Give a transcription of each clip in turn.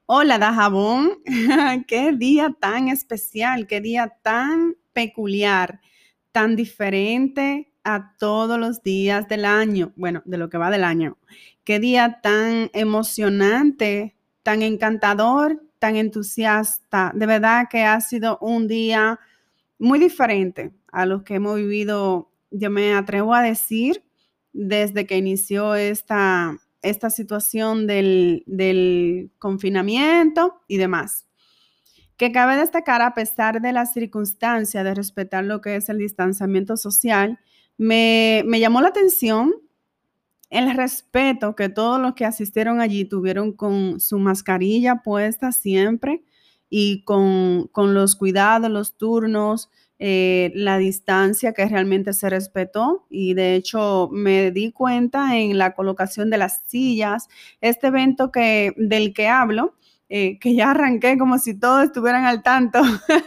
Hola, Dajabón. Qué día tan especial, qué día tan peculiar, tan diferente a todos los días del año. Bueno, de lo que va del año. Qué día tan emocionante, tan encantador, tan entusiasta. De verdad que ha sido un día muy diferente a los que hemos vivido, yo me atrevo a decir, desde que inició esta situación del confinamiento y demás. Que cabe destacar, a pesar de la circunstancia de respetar lo que es el distanciamiento social, me llamó la atención el respeto que todos los que asistieron allí tuvieron con su mascarilla puesta siempre y con los cuidados, los turnos, la distancia que realmente se respetó. Y de hecho me di cuenta en la colocación de las sillas, este evento del que hablo, que ya arranqué como si todos estuvieran al tanto.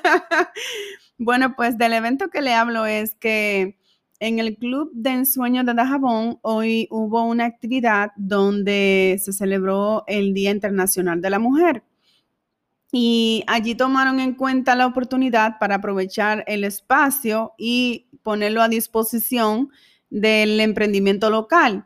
Bueno, pues del evento que le hablo es que en el Club de Ensueño de Dajabón hoy hubo una actividad donde se celebró el Día Internacional de la Mujer. Y allí tomaron en cuenta la oportunidad para aprovechar el espacio y ponerlo a disposición del emprendimiento local.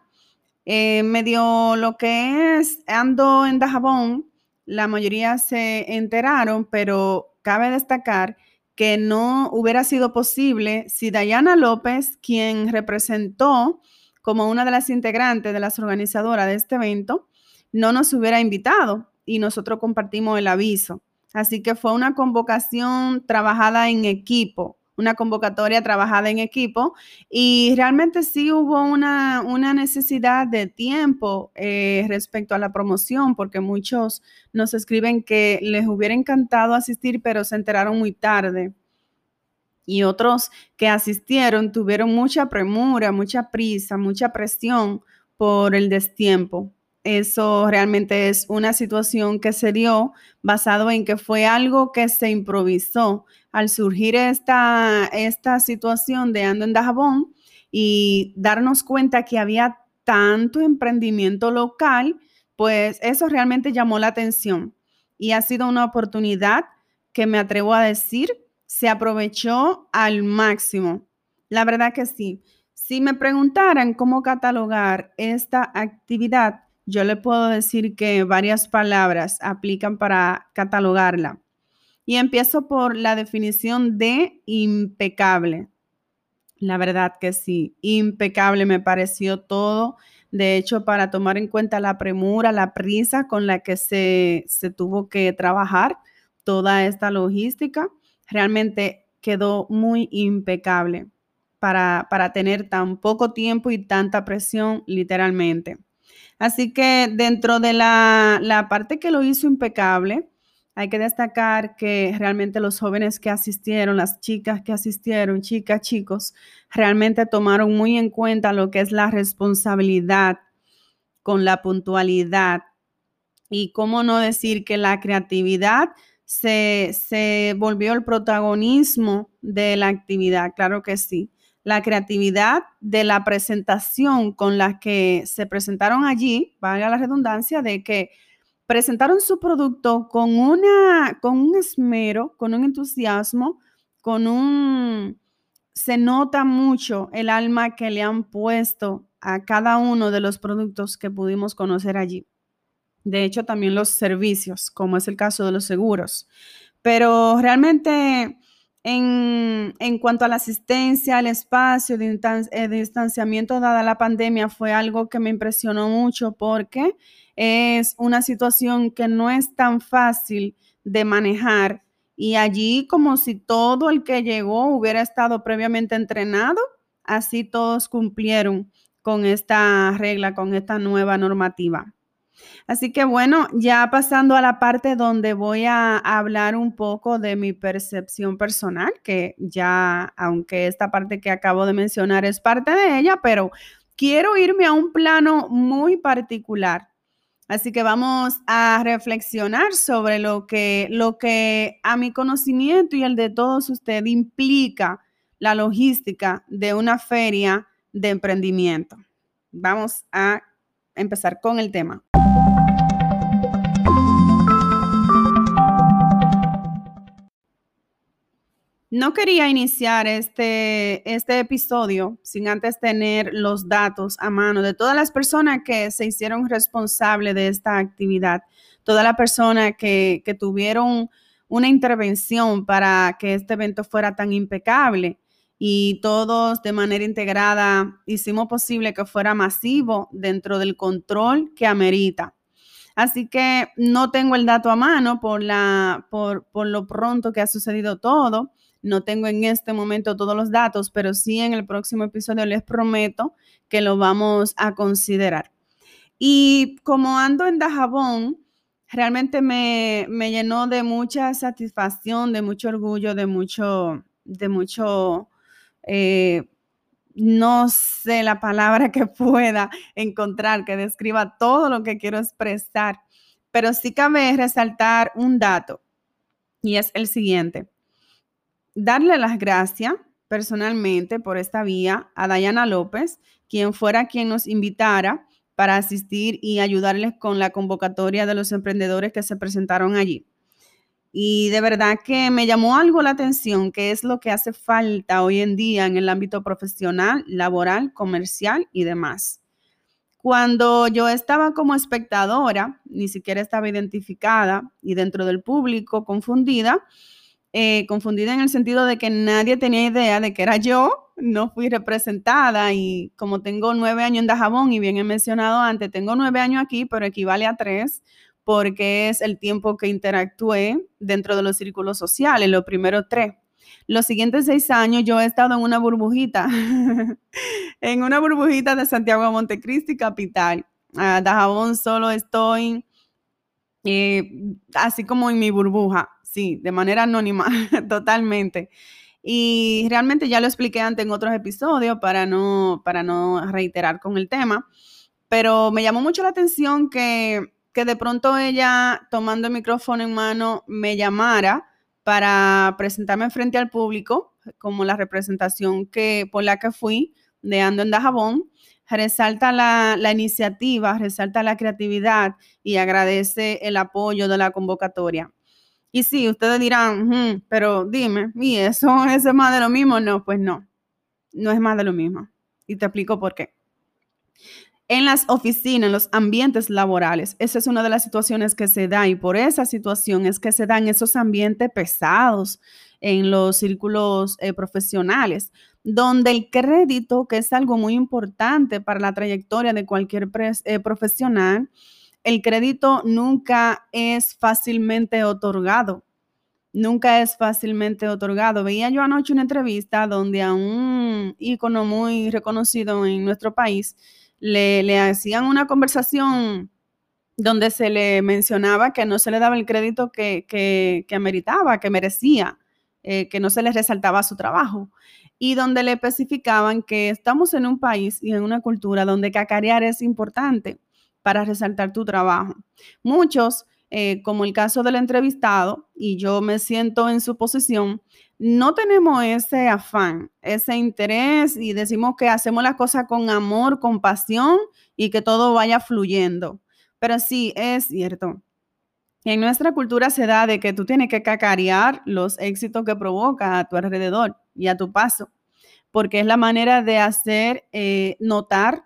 Medio lo que es Ando en Dajabón, la mayoría se enteraron, pero cabe destacar que no hubiera sido posible si Dayana López, quien representó como una de las integrantes de las organizadoras de este evento, no nos hubiera invitado y nosotros compartimos el aviso. Así que fue una convocación trabajada en equipo, una convocatoria trabajada en equipo y realmente sí hubo una necesidad de tiempo respecto a la promoción, porque muchos nos escriben que les hubiera encantado asistir, pero se enteraron muy tarde. Y otros que asistieron tuvieron mucha premura, mucha prisa, mucha presión por el destiempo. Eso realmente es una situación que se dio basado en que fue algo que se improvisó al surgir esta situación de Ando en Dajabón y darnos cuenta que había tanto emprendimiento local, pues eso realmente llamó la atención y ha sido una oportunidad que me atrevo a decir se aprovechó al máximo. La verdad que sí. Si me preguntaran cómo catalogar esta actividad, yo le puedo decir que varias palabras aplican para catalogarla. Y empiezo por la definición de impecable. La verdad que sí, impecable me pareció todo. De hecho, para tomar en cuenta la premura, la prisa con la que se tuvo que trabajar toda esta logística, realmente quedó muy impecable para tener tan poco tiempo y tanta presión, literalmente. Así que dentro de la parte que lo hizo impecable, hay que destacar que realmente los jóvenes que asistieron, las chicas que asistieron, chicas, chicos, realmente tomaron muy en cuenta lo que es la responsabilidad con la puntualidad y cómo no decir que la creatividad se volvió el protagonismo de la actividad, claro que sí. La creatividad de la presentación con la que se presentaron allí, valga la redundancia, de que presentaron su producto con un esmero, con un entusiasmo, se nota mucho el alma que le han puesto a cada uno de los productos que pudimos conocer allí. De hecho, también los servicios, como es el caso de los seguros. Pero realmente, en cuanto a la asistencia, al espacio de distanciamiento dada la pandemia, fue algo que me impresionó mucho porque es una situación que no es tan fácil de manejar. Y allí, como si todo el que llegó hubiera estado previamente entrenado, así todos cumplieron con esta regla, con esta nueva normativa. Así que bueno, ya pasando a la parte donde voy a hablar un poco de mi percepción personal, que ya, aunque esta parte que acabo de mencionar es parte de ella, pero quiero irme a un plano muy particular. Así que vamos a reflexionar sobre lo que a mi conocimiento y el de todos ustedes implica la logística de una feria de emprendimiento. Vamos a empezar con el tema. No quería iniciar este episodio sin antes tener los datos a mano de todas las personas que se hicieron responsables de esta actividad, todas las personas que tuvieron una intervención para que este evento fuera tan impecable y todos de manera integrada hicimos posible que fuera masivo dentro del control que amerita. Así que no tengo el dato a mano por lo pronto que ha sucedido todo. No tengo en este momento todos los datos, pero sí en el próximo episodio les prometo que lo vamos a considerar. Y como ando en Dajabón, realmente me llenó de mucha satisfacción, de mucho orgullo, eh, no sé la palabra que pueda encontrar que describa todo lo que quiero expresar, pero sí cabe resaltar un dato y es el siguiente. Darle las gracias personalmente por esta vía a Dayana López, quien fuera quien nos invitara para asistir y ayudarles con la convocatoria de los emprendedores que se presentaron allí. Y de verdad que me llamó algo la atención, que es lo que hace falta hoy en día en el ámbito profesional, laboral, comercial y demás. Cuando yo estaba como espectadora, ni siquiera estaba identificada y dentro del público confundida en el sentido de que nadie tenía idea de que era yo, no fui representada y como tengo 9 años en Dajabón y bien he mencionado antes, tengo 9 años aquí, pero equivale a 3 porque es el tiempo que interactué dentro de los círculos sociales, los primeros 3. Los siguientes 6 años yo he estado en una burbujita, en una burbujita de Santiago de Montecristi, capital. Dajabón solo estoy así como en mi burbuja, sí, de manera anónima, totalmente. Y realmente ya lo expliqué antes en otros episodios para no reiterar con el tema, pero me llamó mucho la atención que de pronto ella, tomando el micrófono en mano, me llamara para presentarme frente al público, como la representación por la que fui de Ando en Dajabón. Resalta la iniciativa, resalta la creatividad y agradece el apoyo de la convocatoria. Y sí, ustedes dirán, pero dime, ¿y eso es más de lo mismo? No, pues no es más de lo mismo. Y te explico por qué. En las oficinas, en los ambientes laborales, esa es una de las situaciones que se da y por esa situación es que se dan esos ambientes pesados en los círculos profesionales, donde el crédito, que es algo muy importante para la trayectoria de cualquier profesional, el crédito nunca es fácilmente otorgado. Nunca es fácilmente otorgado. Veía yo anoche una entrevista donde a un ícono muy reconocido en nuestro país le hacían una conversación donde se le mencionaba que no se le daba el crédito que ameritaba, que merecía, que no se le resaltaba su trabajo. Y donde le especificaban que estamos en un país y en una cultura donde cacarear es importante para resaltar tu trabajo. Muchos, como el caso del entrevistado, y yo me siento en su posición, no tenemos ese afán, ese interés y decimos que hacemos las cosas con amor, con pasión y que todo vaya fluyendo. Pero sí, es cierto. En nuestra cultura se da de que tú tienes que cacarear los éxitos que provoca a tu alrededor y a tu paso, porque es la manera de hacer notar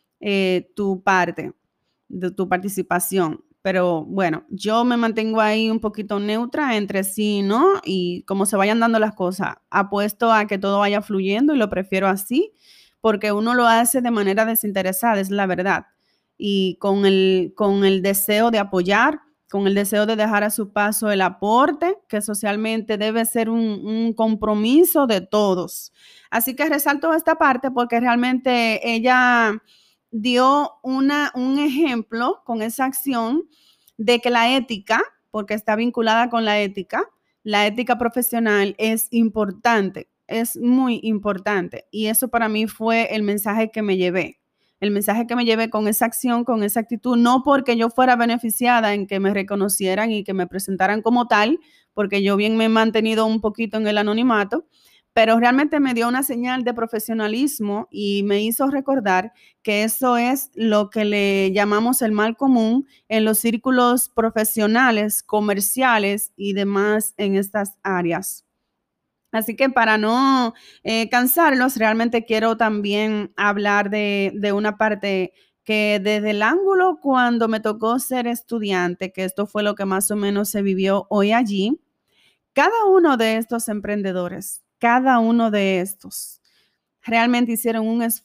tu parte, de tu participación. Pero bueno, yo me mantengo ahí un poquito neutra entre sí y no, y como se vayan dando las cosas, apuesto a que todo vaya fluyendo y lo prefiero así, porque uno lo hace de manera desinteresada, es la verdad, y con el deseo de apoyar, con el deseo de dejar a su paso el aporte, que socialmente debe ser un compromiso de todos. Así que resalto esta parte porque realmente ella dio un ejemplo con esa acción de que la ética, porque está vinculada con la ética profesional es importante, es muy importante. Y eso para mí fue el mensaje que me llevé. El mensaje que me llevé con esa acción, con esa actitud, no porque yo fuera beneficiada en que me reconocieran y que me presentaran como tal, porque yo bien me he mantenido un poquito en el anonimato, pero realmente me dio una señal de profesionalismo y me hizo recordar que eso es lo que le llamamos el mal común en los círculos profesionales, comerciales y demás en estas áreas. Así que para no cansarlos, realmente quiero también hablar de una parte que desde el ángulo cuando me tocó ser estudiante, que esto fue lo que más o menos se vivió hoy allí, cada uno de estos emprendedores, cada uno de estos, realmente hicieron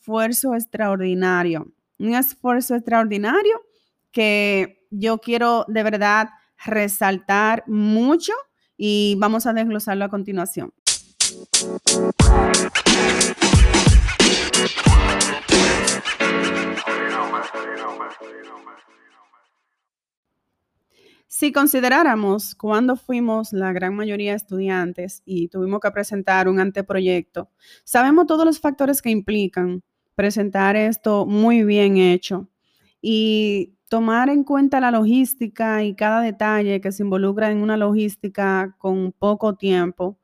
un esfuerzo extraordinario que yo quiero de verdad resaltar mucho y vamos a desglosarlo a continuación. Si consideráramos cuando fuimos la gran mayoría de estudiantes y tuvimos que presentar un anteproyecto, sabemos todos los factores que implican presentar esto muy bien hecho y tomar en cuenta la logística y cada detalle que se involucra en una logística con poco tiempo.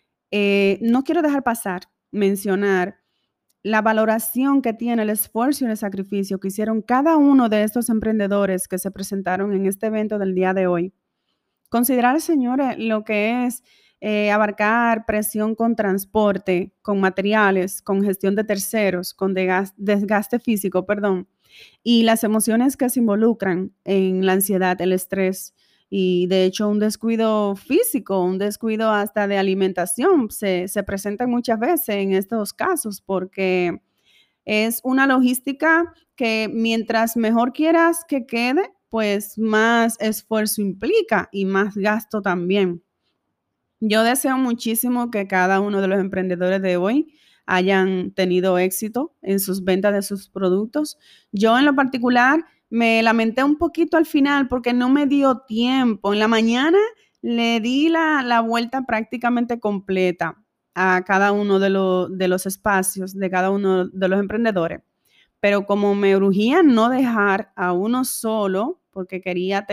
No quiero dejar pasar mencionar la valoración que tiene el esfuerzo y el sacrificio que hicieron cada uno de estos emprendedores que se presentaron en este evento del día de hoy. Considerar, señores, lo que es abarcar presión con transporte, con materiales, con gestión de terceros, con desgaste físico, perdón, y las emociones que se involucran en la ansiedad, el estrés y de hecho un descuido físico, un descuido hasta de alimentación se presenta muchas veces en estos casos porque es una logística que mientras mejor quieras que quede, pues más esfuerzo implica y más gasto también. Yo deseo muchísimo que cada uno de los emprendedores de hoy hayan tenido éxito en sus ventas de sus productos. Yo en lo particular me lamenté un poquito al final porque no me dio tiempo. En la mañana le di la vuelta prácticamente completa a cada uno de los espacios de cada uno de los emprendedores. Pero como me urgía no dejar a uno solo, porque quería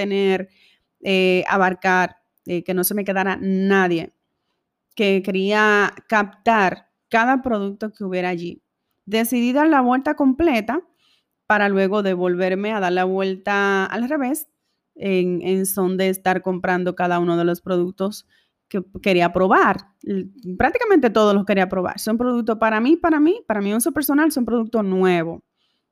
abarcar, que no se me quedara nadie, que quería captar cada producto que hubiera allí. Decidí dar la vuelta completa para luego devolverme a dar la vuelta al revés en son de estar comprando cada uno de los productos que quería probar. Prácticamente todos los quería probar. Son productos para mi uso personal, son productos nuevos.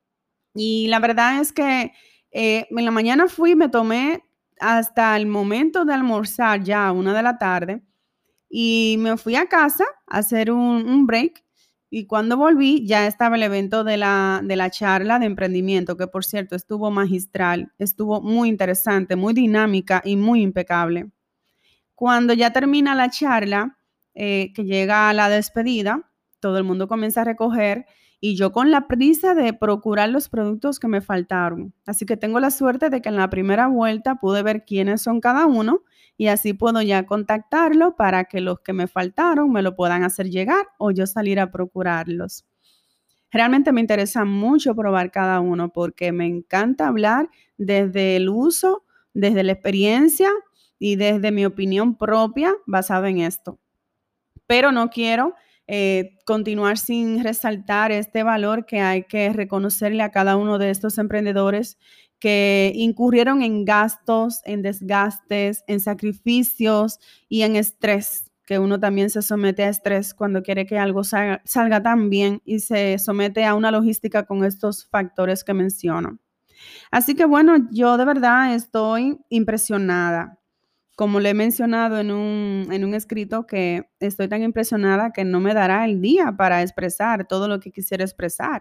Y la verdad es que en la mañana fui, me tomé hasta el momento de almorzar ya a 1 de la tarde y me fui a casa a hacer un break y cuando volví ya estaba el evento de la charla de emprendimiento, que por cierto estuvo magistral, estuvo muy interesante, muy dinámica y muy impecable. Cuando ya termina la charla, que llega a la despedida, todo el mundo comienza a recoger y yo con la prisa de procurar los productos que me faltaron. Así que tengo la suerte de que en la primera vuelta pude ver quiénes son cada uno y así puedo ya contactarlo para que los que me faltaron me lo puedan hacer llegar o yo salir a procurarlos. Realmente me interesa mucho probar cada uno porque me encanta hablar desde el uso, desde la experiencia y desde mi opinión propia basada en esto. Pero no quiero continuar sin resaltar este valor que hay que reconocerle a cada uno de estos emprendedores que incurrieron en gastos, en desgastes, en sacrificios y en estrés, que uno también se somete a estrés cuando quiere que algo salga tan bien y se somete a una logística con estos factores que menciono. Así que bueno, yo de verdad estoy impresionada. Como le he mencionado en un escrito, que estoy tan impresionada que no me dará el día para expresar todo lo que quisiera expresar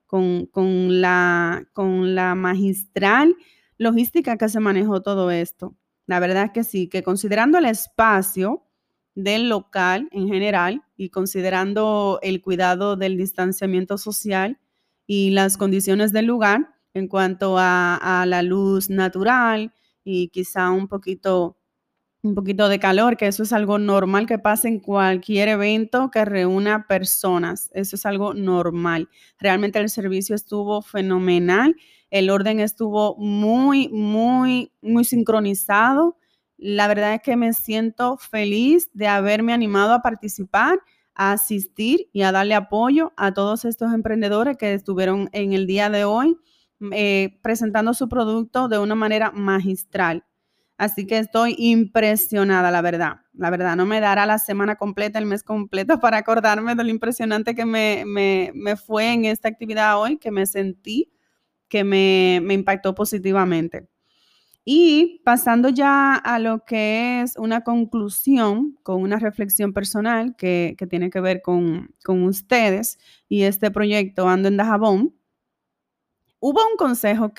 con la magistral logística que se manejó todo esto. La verdad es que sí, que considerando el espacio del local en general y considerando el cuidado del distanciamiento social y las condiciones del lugar en cuanto a la luz natural y quizá un poquito de calor, que eso es algo normal que pasa en cualquier evento que reúna personas. Eso es algo normal. Realmente el servicio estuvo fenomenal. El orden estuvo muy sincronizado. La verdad es que me siento feliz de haberme animado a participar, a asistir y a darle apoyo a todos estos emprendedores que estuvieron en el día de hoy presentando su producto de una manera magistral. Así que estoy impresionada, la verdad. La verdad, no me dará la semana completa, el mes completo para acordarme de lo impresionante que me fue en esta actividad hoy, que me sentí, que me impactó positivamente. Y pasando ya a lo que es una conclusión con una reflexión personal que tiene que ver con ustedes y este proyecto Ando en Dajabón, hubo un consejo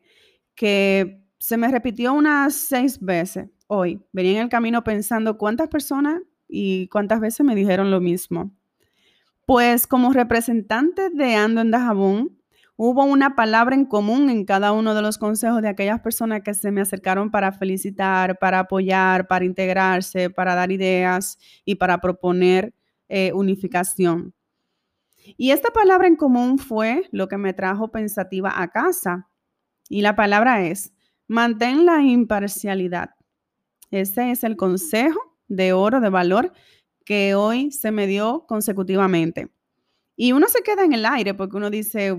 que se me repitió unas 6 veces hoy. Venía en el camino pensando cuántas personas y cuántas veces me dijeron lo mismo. Pues como representante de Ando en Dajabón, hubo una palabra en común en cada uno de los consejos de aquellas personas que se me acercaron para felicitar, para apoyar, para integrarse, para dar ideas y para proponer unificación. Y esta palabra en común fue lo que me trajo pensativa a casa. Y la palabra es, mantén la imparcialidad. Ese es el consejo de oro, de valor, que hoy se me dio consecutivamente. Y uno se queda en el aire porque uno dice,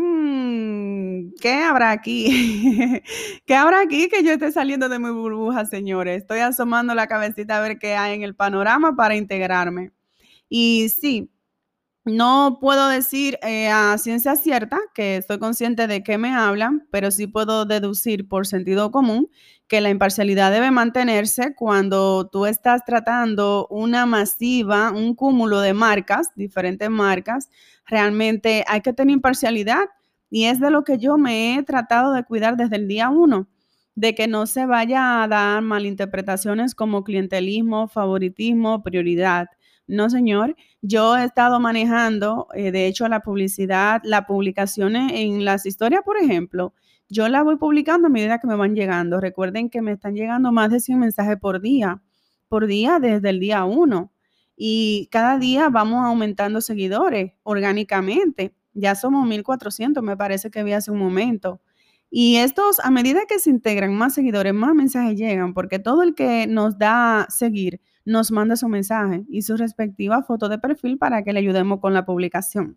¿qué habrá aquí? ¿Qué habrá aquí que yo esté saliendo de mi burbuja, señores? Estoy asomando la cabecita a ver qué hay en el panorama para integrarme. Y sí, no puedo decir a ciencia cierta que estoy consciente de qué me hablan, pero sí puedo deducir por sentido común que la imparcialidad debe mantenerse cuando tú estás tratando una masiva, un cúmulo de marcas, diferentes marcas. Realmente hay que tener imparcialidad y es de lo que yo me he tratado de cuidar desde el día uno, de que no se vaya a dar malinterpretaciones como clientelismo, favoritismo, prioridad. No, señor. Yo he estado manejando, de hecho, la publicidad, las publicaciones en las historias, por ejemplo, yo las voy publicando a medida que me van llegando. Recuerden que me están llegando más de 100 mensajes por día desde el día uno. Y cada día vamos aumentando seguidores orgánicamente. Ya somos 1,400, me parece que vi hace un momento. Y estos, a medida que se integran más seguidores, más mensajes llegan, porque todo el que nos da seguir nos manda su mensaje y su respectiva foto de perfil para que le ayudemos con la publicación.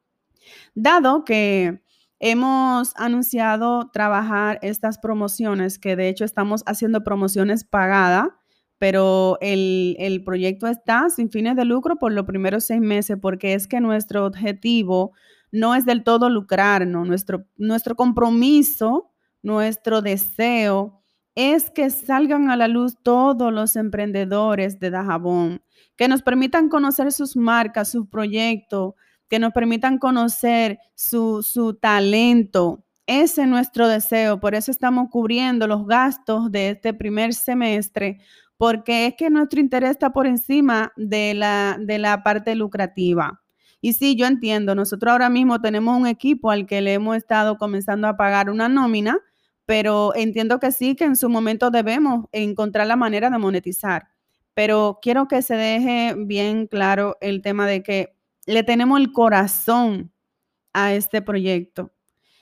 Dado que hemos anunciado trabajar estas promociones, que de hecho estamos haciendo promociones pagadas, pero el proyecto está sin fines de lucro por los primeros 6 meses, porque es que nuestro objetivo no es del todo lucrarnos, nuestro compromiso, nuestro deseo es que salgan a la luz todos los emprendedores de Dajabón, que nos permitan conocer sus marcas, sus proyectos, que nos permitan conocer su talento. Ese es nuestro deseo, por eso estamos cubriendo los gastos de este primer semestre, porque es que nuestro interés está por encima de la parte lucrativa. Y sí, yo entiendo, nosotros ahora mismo tenemos un equipo al que le hemos estado comenzando a pagar una nómina, pero entiendo que sí, que en su momento debemos encontrar la manera de monetizar. Pero quiero que se deje bien claro el tema de que le tenemos el corazón a este proyecto.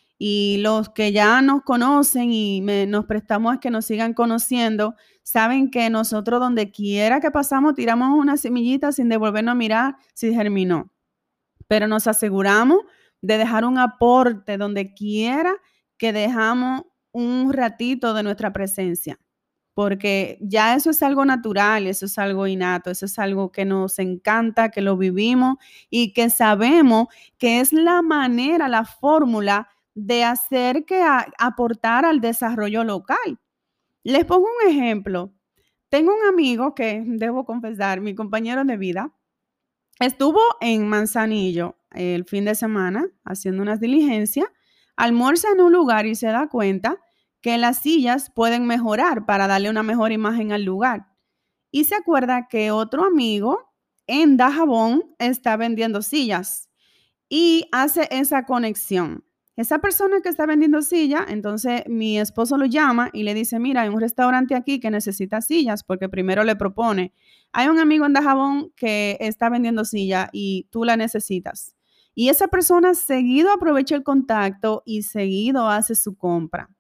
Y los que ya nos conocen y nos prestamos a que nos sigan conociendo, saben que nosotros donde quiera que pasamos tiramos una semillita sin devolvernos a mirar si germinó. Pero nos aseguramos de dejar un aporte donde quiera que dejamos un ratito de nuestra presencia, porque ya eso es algo natural, eso es algo innato, eso es algo que nos encanta, que lo vivimos y que sabemos que es la manera, la fórmula de hacer que aportar al desarrollo local. Les pongo un ejemplo. Tengo un amigo que, debo confesar, mi compañero de vida, estuvo en Manzanillo el fin de semana haciendo unas diligencias, almuerza en un lugar y se da cuenta que las sillas pueden mejorar para darle una mejor imagen al lugar. Y se acuerda que otro amigo en Dajabón está vendiendo sillas y hace esa conexión. Esa persona que está vendiendo sillas, entonces mi esposo lo llama y le dice, mira, hay un restaurante aquí que necesita sillas, porque primero le propone, hay un amigo en Dajabón que está vendiendo silla y tú la necesitas. Y esa persona seguido aprovecha el contacto y seguido hace su compra.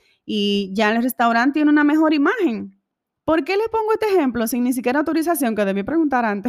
Y ya el restaurante tiene una mejor imagen. ¿Por qué les pongo este ejemplo sin ni siquiera autorización que debí preguntar antes?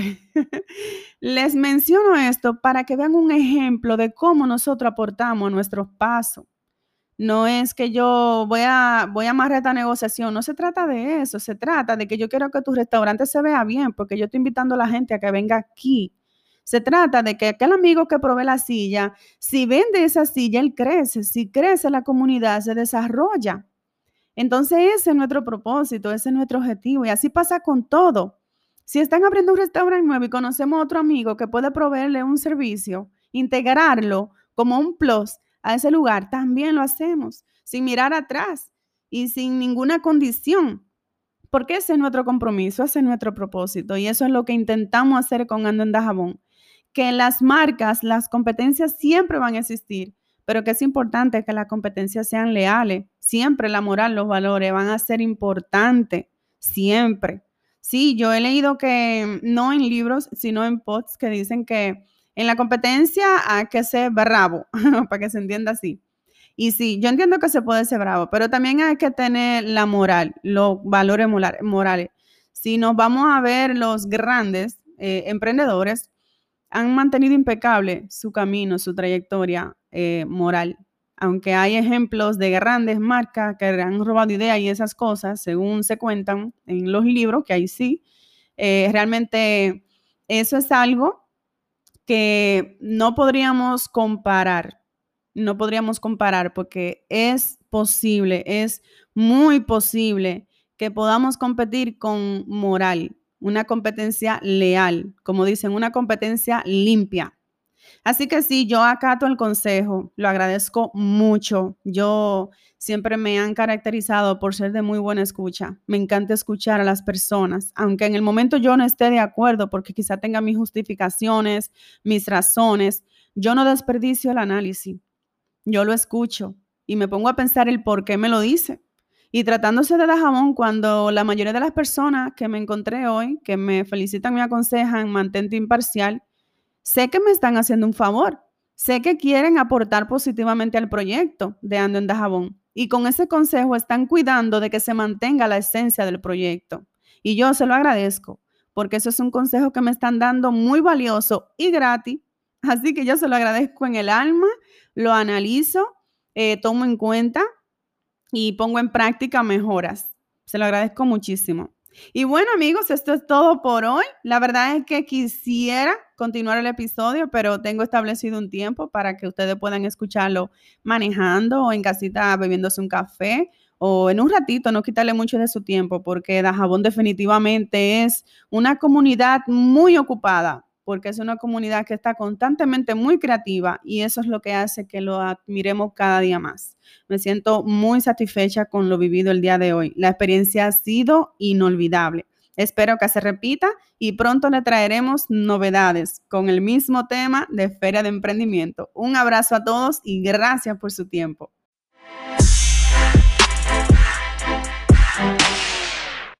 Les menciono esto para que vean un ejemplo de cómo nosotros aportamos a nuestros pasos. No es que yo voy a amarrar esta negociación, no se trata de eso, se trata de que yo quiero que tu restaurante se vea bien, porque yo estoy invitando a la gente a que venga aquí. Se trata de que aquel amigo que provee la silla, si vende esa silla, él crece, si crece la comunidad, se desarrolla. Entonces ese es nuestro propósito, ese es nuestro objetivo y así pasa con todo. Si están abriendo un restaurante nuevo y conocemos a otro amigo que puede proveerle un servicio, integrarlo como un plus a ese lugar, también lo hacemos, sin mirar atrás y sin ninguna condición, porque ese es nuestro compromiso, ese es nuestro propósito y eso es lo que intentamos hacer con Ando en Dajabón, que las marcas, las competencias siempre van a existir, pero que es importante que las competencias sean leales. Siempre la moral, los valores van a ser importantes, siempre. Sí, yo he leído que no en libros, sino en posts que dicen que en la competencia hay que ser bravo, para que se entienda así. Y sí, yo entiendo que se puede ser bravo, pero también hay que tener la moral, los valores morales. Si nos vamos a ver los grandes emprendedores, han mantenido impecable su camino, su trayectoria moral. Aunque hay ejemplos de grandes marcas que han robado ideas y esas cosas, según se cuentan en los libros, que ahí sí, realmente eso es algo que no podríamos comparar porque es posible, es muy posible que podamos competir con moral, una competencia leal, como dicen, una competencia limpia. Así que sí, yo acato el consejo, lo agradezco mucho. Yo siempre me han caracterizado por ser de muy buena escucha. Me encanta escuchar a las personas, aunque en el momento yo no esté de acuerdo, porque quizá tenga mis justificaciones, mis razones, yo no desperdicio el análisis. Yo lo escucho y me pongo a pensar el por qué me lo dice. Y tratándose de Dajabón, cuando la mayoría de las personas que me encontré hoy, que me felicitan, me aconsejan, mantente imparcial, sé que me están haciendo un favor. Sé que quieren aportar positivamente al proyecto de Ando en Dajabón. Y con ese consejo están cuidando de que se mantenga la esencia del proyecto. Y yo se lo agradezco, porque eso es un consejo que me están dando muy valioso y gratis. Así que yo se lo agradezco en el alma, lo analizo, tomo en cuenta y pongo en práctica mejoras. Se lo agradezco muchísimo. Y bueno, amigos, esto es todo por hoy. La verdad es que quisiera continuar el episodio, pero tengo establecido un tiempo para que ustedes puedan escucharlo manejando o en casita bebiéndose un café o en un ratito, no quitarle mucho de su tiempo, porque Dajabón definitivamente es una comunidad muy ocupada, porque es una comunidad que está constantemente muy creativa y eso es lo que hace que lo admiremos cada día más. Me siento muy satisfecha con lo vivido el día de hoy. La experiencia ha sido inolvidable. Espero que se repita y pronto le traeremos novedades con el mismo tema de Feria de Emprendimiento. Un abrazo a todos y gracias por su tiempo.